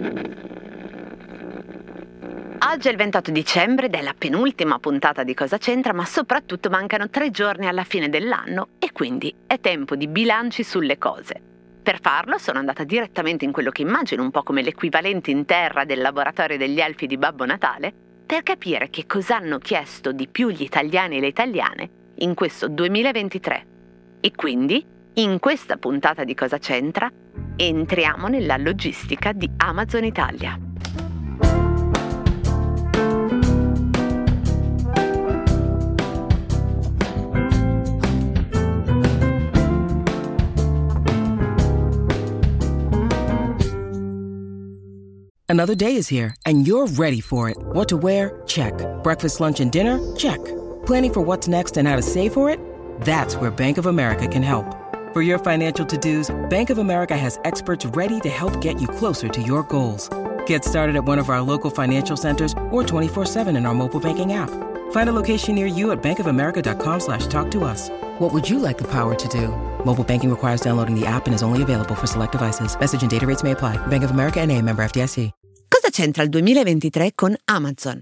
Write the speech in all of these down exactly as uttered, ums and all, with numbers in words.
Oggi è il ventotto dicembre ed è la penultima puntata di Cosa c'entra, ma soprattutto mancano tre giorni alla fine dell'anno e quindi è tempo di bilanci sulle cose. Per farlo sono andata direttamente in quello che immagino un po' come l'equivalente in terra del laboratorio degli elfi di Babbo Natale per capire che cosa hanno chiesto di più gli italiani e le italiane in questo duemilaventitré. E quindi, in questa puntata di Cosa c'entra, entriamo nella logistica di Amazon Italia. Another day is here, and you're ready for it. What to wear? Check. Breakfast, lunch, and dinner? Check. Planning for what's next and how to save for it? That's where Bank of America can help. For your financial to-dos, Bank of America has experts ready to help get you closer to your goals. Get started at one of our local financial centers or twenty-four seven in our mobile banking app. Find a location near you at bankofamerica.com slash talk to us. What would you like the power to do? Mobile banking requires downloading the app and is only available for select devices. Message and data rates may apply. Bank of America N A, member F D I C. Cosa c'entra il duemilaventitré con Amazon?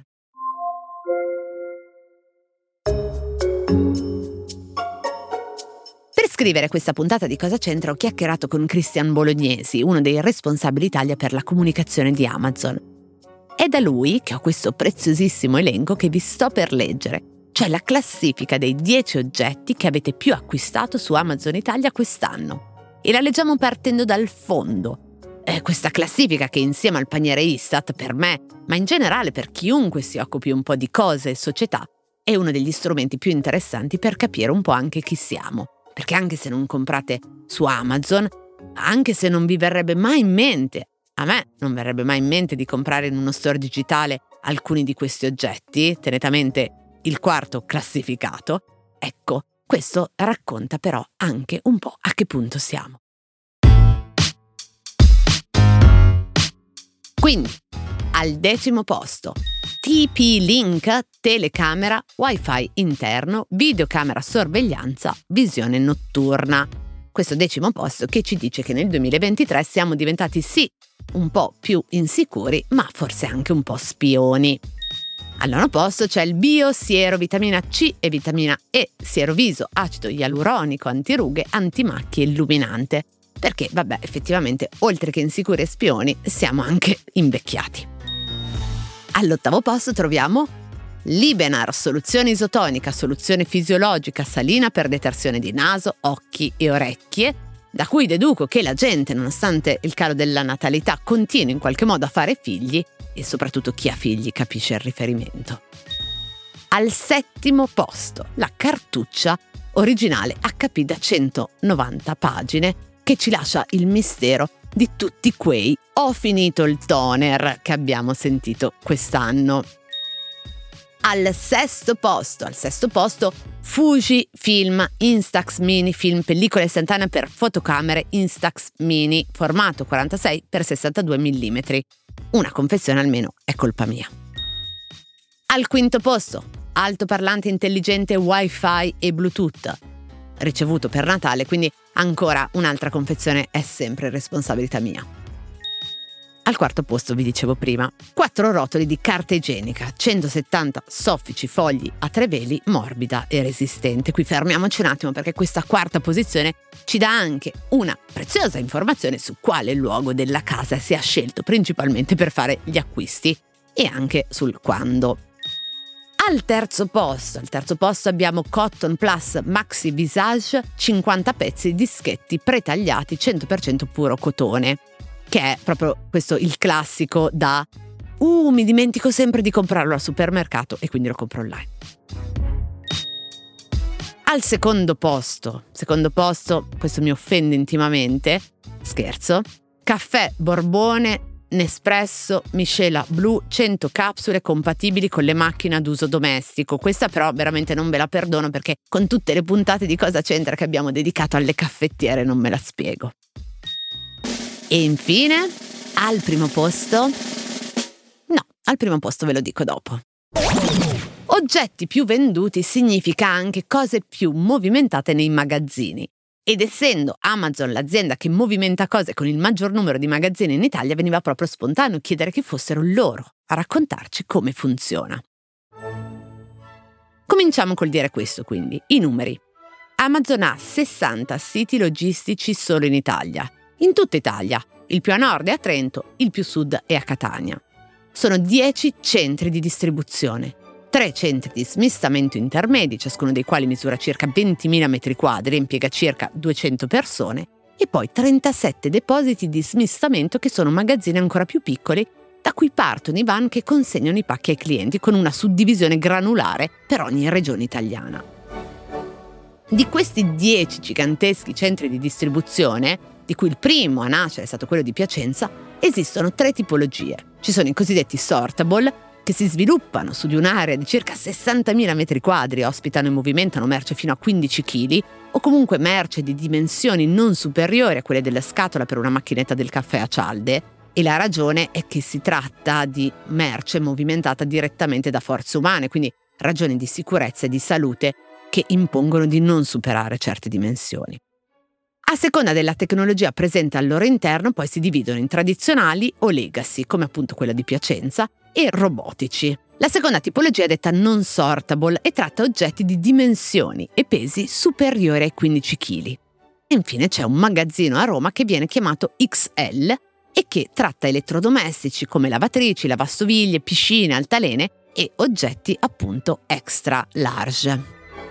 Per scrivere questa puntata di Cosa c'entra ho chiacchierato con Cristian Bolognesi, uno dei responsabili Italia per la comunicazione di Amazon. È da lui che ho questo preziosissimo elenco che vi sto per leggere, cioè la classifica dei dieci oggetti che avete più acquistato su Amazon Italia quest'anno. E la leggiamo partendo dal fondo. Eh, questa classifica che insieme al paniere Istat per me, ma in generale per chiunque si occupi un po' di cose e società, è uno degli strumenti più interessanti per capire un po' anche chi siamo. Perché anche se non comprate su Amazon, anche se non vi verrebbe mai in mente, a me non verrebbe mai in mente di comprare in uno store digitale alcuni di questi oggetti, tenete a mente il quarto classificato, ecco, questo racconta però anche un po' a che punto siamo. Quindi, al decimo posto, T P-Link, telecamera, wifi interno, videocamera sorveglianza, visione notturna. Questo decimo posto che ci dice che nel duemilaventitré siamo diventati sì un po' più insicuri, ma forse anche un po' spioni. Al nono posto c'è il bio, siero, vitamina C e vitamina E, siero viso, acido ialuronico, antirughe, antimacchie, illuminante. Perché, vabbè, effettivamente, oltre che insicuri e spioni, siamo anche invecchiati. All'ottavo posto troviamo Libenar, soluzione isotonica, soluzione fisiologica salina per detersione di naso, occhi e orecchie, da cui deduco che la gente, nonostante il calo della natalità, continua in qualche modo a fare figli e soprattutto chi ha figli capisce il riferimento. Al settimo posto, la cartuccia originale H P da centonovanta pagine, che ci lascia il mistero di tutti quei "ho finito il toner" che abbiamo sentito quest'anno. Al sesto posto, al sesto posto, Fujifilm Instax Mini, film pellicola istantanea per fotocamere Instax Mini, formato quarantasei per sessantadue millimetri. Una confezione almeno è colpa mia. Al quinto posto, altoparlante intelligente Wi-Fi e Bluetooth, ricevuto per Natale, quindi ancora un'altra confezione è sempre responsabilità mia. Al quarto posto, vi dicevo prima, quattro rotoli di carta igienica, centosettanta soffici fogli a tre veli, morbida e resistente. Qui fermiamoci un attimo perché questa quarta posizione ci dà anche una preziosa informazione su quale luogo della casa sia scelto principalmente per fare gli acquisti e anche sul quando. Al terzo posto, al terzo posto abbiamo Cotton Plus Maxi Visage, cinquanta pezzi di dischetti pretagliati cento per cento puro cotone, che è proprio questo il classico da uh, mi dimentico sempre di comprarlo al supermercato e quindi lo compro online. Al secondo posto, secondo posto, questo mi offende intimamente, scherzo, caffè Borbone Nespresso Miscela Blu, cento capsule compatibili con le macchine ad uso domestico. Questa però veramente non ve la perdono perché con tutte le puntate di Cosa c'entra che abbiamo dedicato alle caffettiere non me la spiego. E infine, al primo posto... No, al primo posto ve lo dico dopo. Oggetti più venduti significa anche cose più movimentate nei magazzini. Ed essendo Amazon l'azienda che movimenta cose con il maggior numero di magazzini in Italia, veniva proprio spontaneo chiedere che fossero loro a raccontarci come funziona. Cominciamo col dire questo, quindi, i numeri. Amazon ha sessanta siti logistici solo in Italia, in tutta Italia. Il più a nord è a Trento, il più sud è a Catania. Sono dieci centri di distribuzione, tre centri di smistamento intermedi, ciascuno dei quali misura circa ventimila metri quadri e impiega circa duecento persone, e poi trentasette depositi di smistamento che sono magazzini ancora più piccoli, da cui partono i van che consegnano i pacchi ai clienti con una suddivisione granulare per ogni regione italiana. Di questi dieci giganteschi centri di distribuzione, di cui il primo a nascere è stato quello di Piacenza, esistono tre tipologie. Ci sono i cosiddetti sortable, che si sviluppano su di un'area di circa sessantamila metri quadri, ospitano e movimentano merce fino a quindici chili, o comunque merce di dimensioni non superiori a quelle della scatola per una macchinetta del caffè a cialde, e la ragione è che si tratta di merce movimentata direttamente da forze umane, quindi ragioni di sicurezza e di salute che impongono di non superare certe dimensioni. A seconda della tecnologia presente al loro interno, poi si dividono in tradizionali o legacy, come appunto quella di Piacenza, e robotici. La seconda tipologia è detta non sortable e tratta oggetti di dimensioni e pesi superiori ai quindici chili. E infine c'è un magazzino a Roma che viene chiamato X L e che tratta elettrodomestici come lavatrici, lavastoviglie, piscine, altalene e oggetti appunto extra large.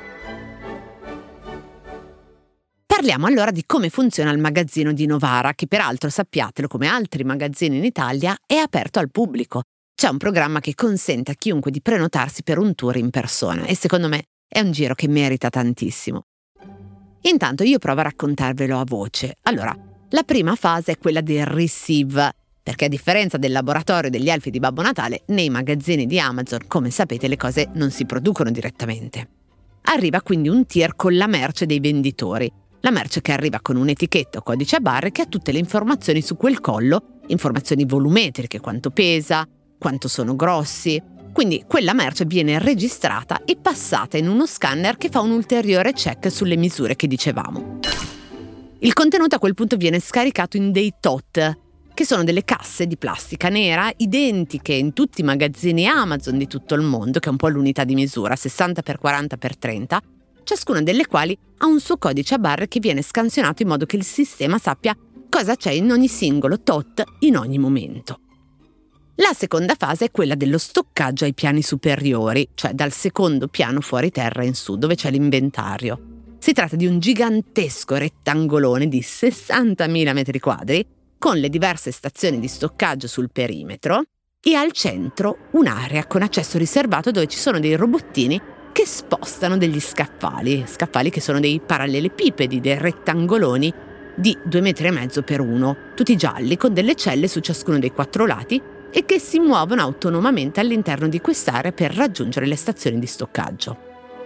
Parliamo allora di come funziona il magazzino di Novara, che peraltro, sappiatelo, come altri magazzini in Italia, è aperto al pubblico. C'è un programma che consente a chiunque di prenotarsi per un tour in persona e secondo me è un giro che merita tantissimo. Intanto io provo a raccontarvelo a voce. Allora, la prima fase è quella del receive, perché a differenza del laboratorio degli elfi di Babbo Natale, nei magazzini di Amazon, come sapete, le cose non si producono direttamente. Arriva quindi un tier con la merce dei venditori. La merce che arriva con un'etichetta o codice a barre che ha tutte le informazioni su quel collo, informazioni volumetriche, quanto pesa, quanto sono grossi. Quindi quella merce viene registrata e passata in uno scanner che fa un ulteriore check sulle misure che dicevamo. Il contenuto a quel punto viene scaricato in dei tot, che sono delle casse di plastica nera identiche in tutti i magazzini Amazon di tutto il mondo, che è un po' l'unità di misura, sessanta per quaranta per trenta, ciascuna delle quali ha un suo codice a barre che viene scansionato in modo che il sistema sappia cosa c'è in ogni singolo tot in ogni momento. La seconda fase è quella dello stoccaggio ai piani superiori, cioè dal secondo piano fuori terra in su, dove c'è l'inventario. Si tratta di un gigantesco rettangolone di sessantamila metri quadri, con le diverse stazioni di stoccaggio sul perimetro, e al centro un'area con accesso riservato dove ci sono dei robottini che spostano degli scaffali, scaffali che sono dei parallelepipedi, dei rettangoloni di due metri e mezzo per uno, tutti gialli, con delle celle su ciascuno dei quattro lati e che si muovono autonomamente all'interno di quest'area per raggiungere le stazioni di stoccaggio.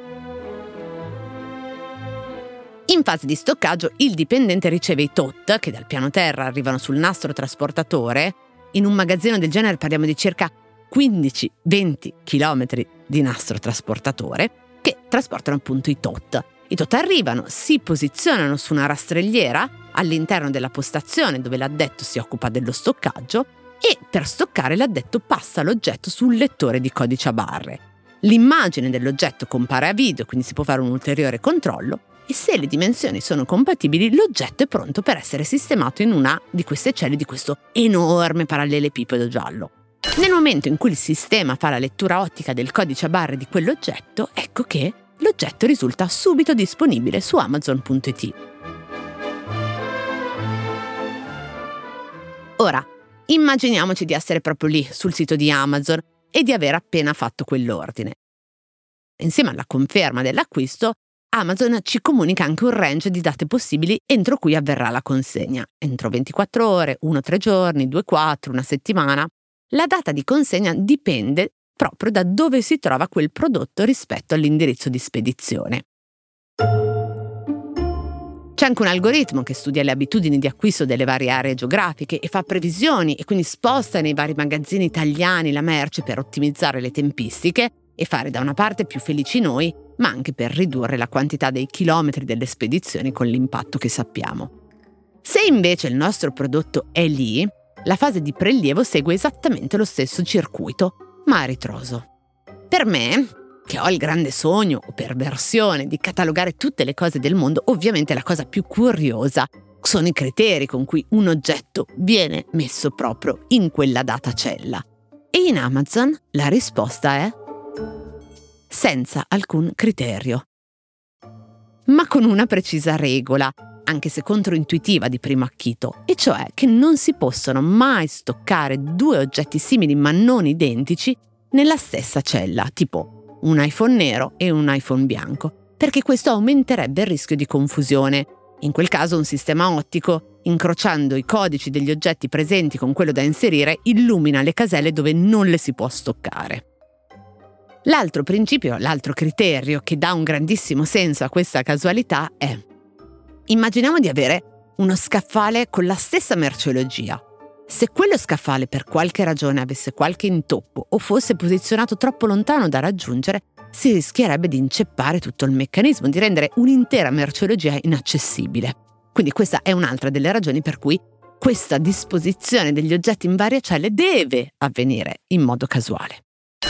In fase di stoccaggio il dipendente riceve i tot, che dal piano terra arrivano sul nastro trasportatore. In un magazzino del genere parliamo di circa quindici venti chilometri di nastro trasportatore che trasportano appunto i tot. I tot arrivano, si posizionano su una rastrelliera all'interno della postazione dove l'addetto si occupa dello stoccaggio e per stoccare l'addetto passa l'oggetto sul lettore di codice a barre. L'immagine dell'oggetto compare a video, quindi si può fare un ulteriore controllo e se le dimensioni sono compatibili l'oggetto è pronto per essere sistemato in una di queste celle di questo enorme parallelepipedo giallo. Nel momento in cui il sistema fa la lettura ottica del codice a barre di quell'oggetto, ecco che l'oggetto risulta subito disponibile su Amazon punto it. Ora, immaginiamoci di essere proprio lì sul sito di Amazon e di aver appena fatto quell'ordine. Insieme alla conferma dell'acquisto, Amazon ci comunica anche un range di date possibili entro cui avverrà la consegna. Entro ventiquattro ore, uno tre giorni, due quattro, una settimana. La data di consegna dipende proprio da dove si trova quel prodotto rispetto all'indirizzo di spedizione. C'è anche un algoritmo che studia le abitudini di acquisto delle varie aree geografiche e fa previsioni e quindi sposta nei vari magazzini italiani la merce per ottimizzare le tempistiche e fare da una parte più felici noi ma anche per ridurre la quantità dei chilometri delle spedizioni con l'impatto che sappiamo. Se invece il nostro prodotto è lì, la fase di prelievo segue esattamente lo stesso circuito, ma a ritroso. Per me, che ho il grande sogno o perversione di catalogare tutte le cose del mondo, ovviamente la cosa più curiosa sono i criteri con cui un oggetto viene messo proprio in quella data cella. E in Amazon la risposta è senza alcun criterio. Ma con una precisa regola, anche se controintuitiva di primo acchito, e cioè che non si possono mai stoccare due oggetti simili ma non identici nella stessa cella, tipo un iPhone nero e un iPhone bianco, perché questo aumenterebbe il rischio di confusione. In quel caso un sistema ottico, incrociando i codici degli oggetti presenti con quello da inserire, illumina le caselle dove non le si può stoccare. L'altro principio, l'altro criterio che dà un grandissimo senso a questa casualità è: immaginiamo di avere uno scaffale con la stessa merceologia. Se quello scaffale per qualche ragione avesse qualche intoppo o fosse posizionato troppo lontano da raggiungere, si rischierebbe di inceppare tutto il meccanismo, di rendere un'intera merceologia inaccessibile. Quindi questa è un'altra delle ragioni per cui questa disposizione degli oggetti in varie celle deve avvenire in modo casuale.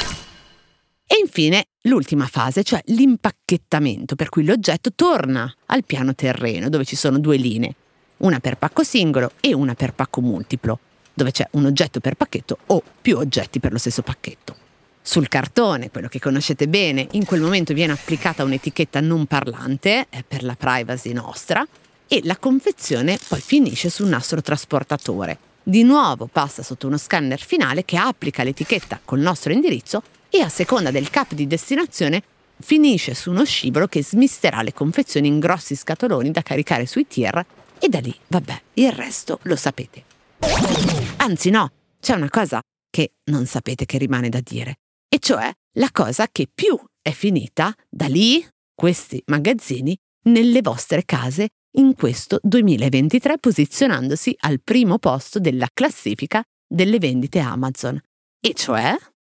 E infine l'ultima fase, cioè l'impacchettamento, per cui l'oggetto torna al piano terreno, dove ci sono due linee, una per pacco singolo e una per pacco multiplo, dove c'è un oggetto per pacchetto o più oggetti per lo stesso pacchetto. Sul cartone, quello che conoscete bene, in quel momento viene applicata un'etichetta non parlante, è per la privacy nostra, e la confezione poi finisce sul nastro trasportatore. Di nuovo passa sotto uno scanner finale che applica l'etichetta col nostro indirizzo e a seconda del C A P di destinazione finisce su uno scivolo che smisterà le confezioni in grossi scatoloni da caricare sui tir e da lì, vabbè, il resto lo sapete. Anzi no, c'è una cosa che non sapete che rimane da dire, e cioè la cosa che più è finita da lì, questi magazzini, nelle vostre case in questo duemilaventitré, posizionandosi al primo posto della classifica delle vendite Amazon, e cioè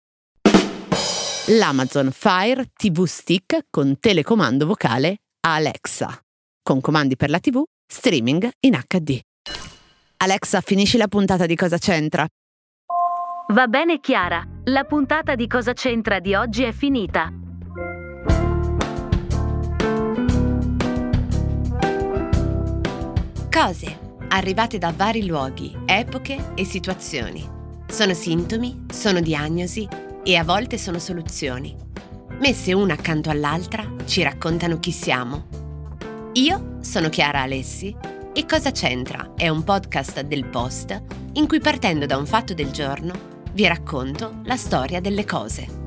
l'Amazon Fire ti vu Stick con telecomando vocale Alexa, con comandi per la tivù, streaming in acca di. Alexa, finisci la puntata di Cosa c'entra? Va bene Chiara, la puntata di Cosa c'entra di oggi è finita. Cose arrivate da vari luoghi, epoche e situazioni. Sono sintomi, sono diagnosi e a volte sono soluzioni. Messe una accanto all'altra ci raccontano chi siamo. Io sono Chiara Alessi e Cosa c'entra è un podcast del Post in cui, partendo da un fatto del giorno, vi racconto la storia delle cose.